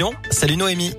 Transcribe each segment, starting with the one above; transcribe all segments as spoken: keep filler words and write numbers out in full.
Lyon. Salut Noémie.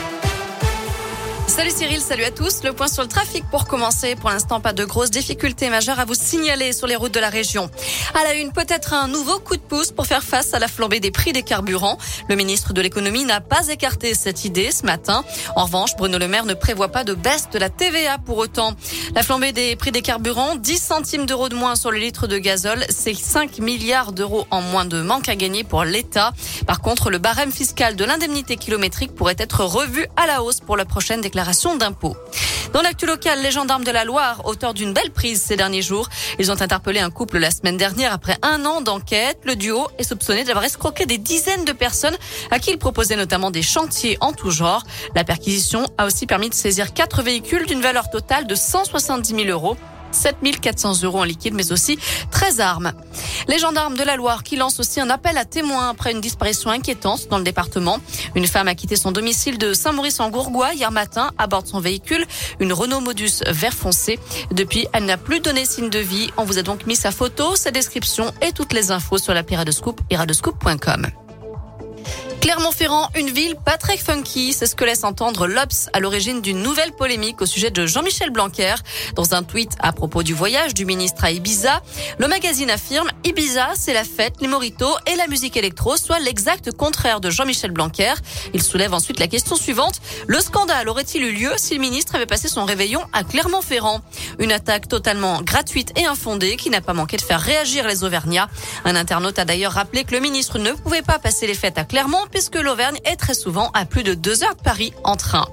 Salut Cyril, salut à tous. Le point sur le trafic pour commencer. Pour l'instant, pas de grosses difficultés majeures à vous signaler sur les routes de la région. À la une, peut-être un nouveau coup de pouce pour faire face à la flambée des prix des carburants. Le ministre de l'économie n'a pas écarté cette idée ce matin. En revanche, Bruno Le Maire ne prévoit pas de baisse de la T V A pour autant. La flambée des prix des carburants, dix centimes d'euros de moins sur le litre de gazole, c'est cinq milliards d'euros en moins de manque à gagner pour l'État. Par contre, le barème fiscal de l'indemnité kilométrique pourrait être revu à la hausse pour la prochaine déclaration d'impôts. Dans l'actu locale, les gendarmes de la Loire, auteurs d'une belle prise ces derniers jours, ils ont interpellé un couple la semaine dernière après un an d'enquête. Le duo est soupçonné d'avoir escroqué des dizaines de personnes à qui il proposait notamment des chantiers en tout genre. La perquisition a aussi permis de saisir quatre véhicules d'une valeur totale de cent soixante-dix mille euros. sept mille quatre cents euros en liquide, mais aussi treize armes. Les gendarmes de la Loire qui lancent aussi un appel à témoins après une disparition inquiétante dans le département. Une femme a quitté son domicile de Saint-Maurice-en-Gourgois hier matin à bord de son véhicule, une Renault Modus vert foncé. Depuis, elle n'a plus donné signe de vie. On vous a donc mis sa photo, sa description et toutes les infos sur l'appli Radescoop et radescoop point com. Clermont-Ferrand, une ville pas très funky, c'est ce que laisse entendre l'Obs à l'origine d'une nouvelle polémique au sujet de Jean-Michel Blanquer. Dans un tweet à propos du voyage du ministre à Ibiza, le magazine affirme « Ibiza, c'est la fête, les mojitos et la musique électro, soit l'exact contraire de Jean-Michel Blanquer ». Il soulève ensuite la question suivante, le scandale aurait-il eu lieu si le ministre avait passé son réveillon à Clermont-Ferrand ? Une attaque totalement gratuite et infondée qui n'a pas manqué de faire réagir les Auvergnats. Un internaute a d'ailleurs rappelé que le ministre ne pouvait pas passer les fêtes à Clermont puisque l'Auvergne est très souvent à plus de deux heures de Paris en train.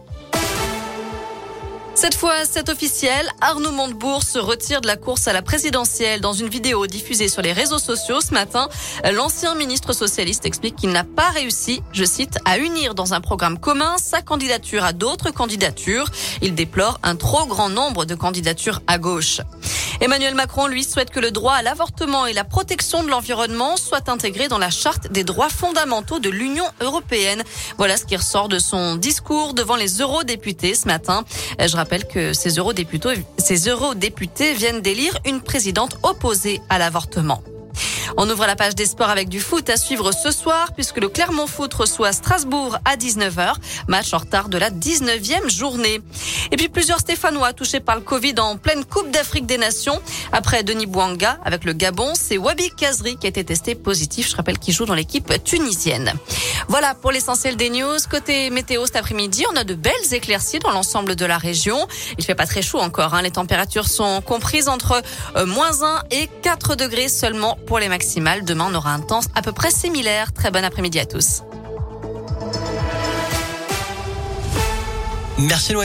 Cette fois, c'est officiel. Arnaud Montebourg se retire de la course à la présidentielle. Dans une vidéo diffusée sur les réseaux sociaux ce matin, l'ancien ministre socialiste explique qu'il n'a pas réussi, je cite, à unir dans un programme commun sa candidature à d'autres candidatures. Il déplore un trop grand nombre de candidatures à gauche. Emmanuel Macron, lui, souhaite que le droit à l'avortement et la protection de l'environnement soient intégrés dans la charte des droits fondamentaux de l'Union européenne. Voilà ce qui ressort de son discours devant les eurodéputés ce matin. Je rappelle que ces eurodéputés, ces eurodéputés viennent d'élire une présidente opposée à l'avortement. On ouvre la page des sports avec du foot à suivre ce soir puisque le Clermont Foot reçoit Strasbourg à dix-neuf heures. Match en retard de la dix-neuvième journée. Et puis plusieurs Stéphanois touchés par le Covid en pleine Coupe d'Afrique des Nations. Après Denis Bouanga avec le Gabon, c'est Wabi Kazri qui a été testé positif. Je rappelle qu'il joue dans l'équipe tunisienne. Voilà pour l'essentiel des news. Côté météo cet après-midi, on a de belles éclaircies dans l'ensemble de la région. Il fait pas très chaud encore, hein. Les températures sont comprises entre euh, moins un et quatre degrés seulement pour les maximales. Demain, on aura un temps à peu près similaire. Très bon après-midi à tous. Merci Noémie.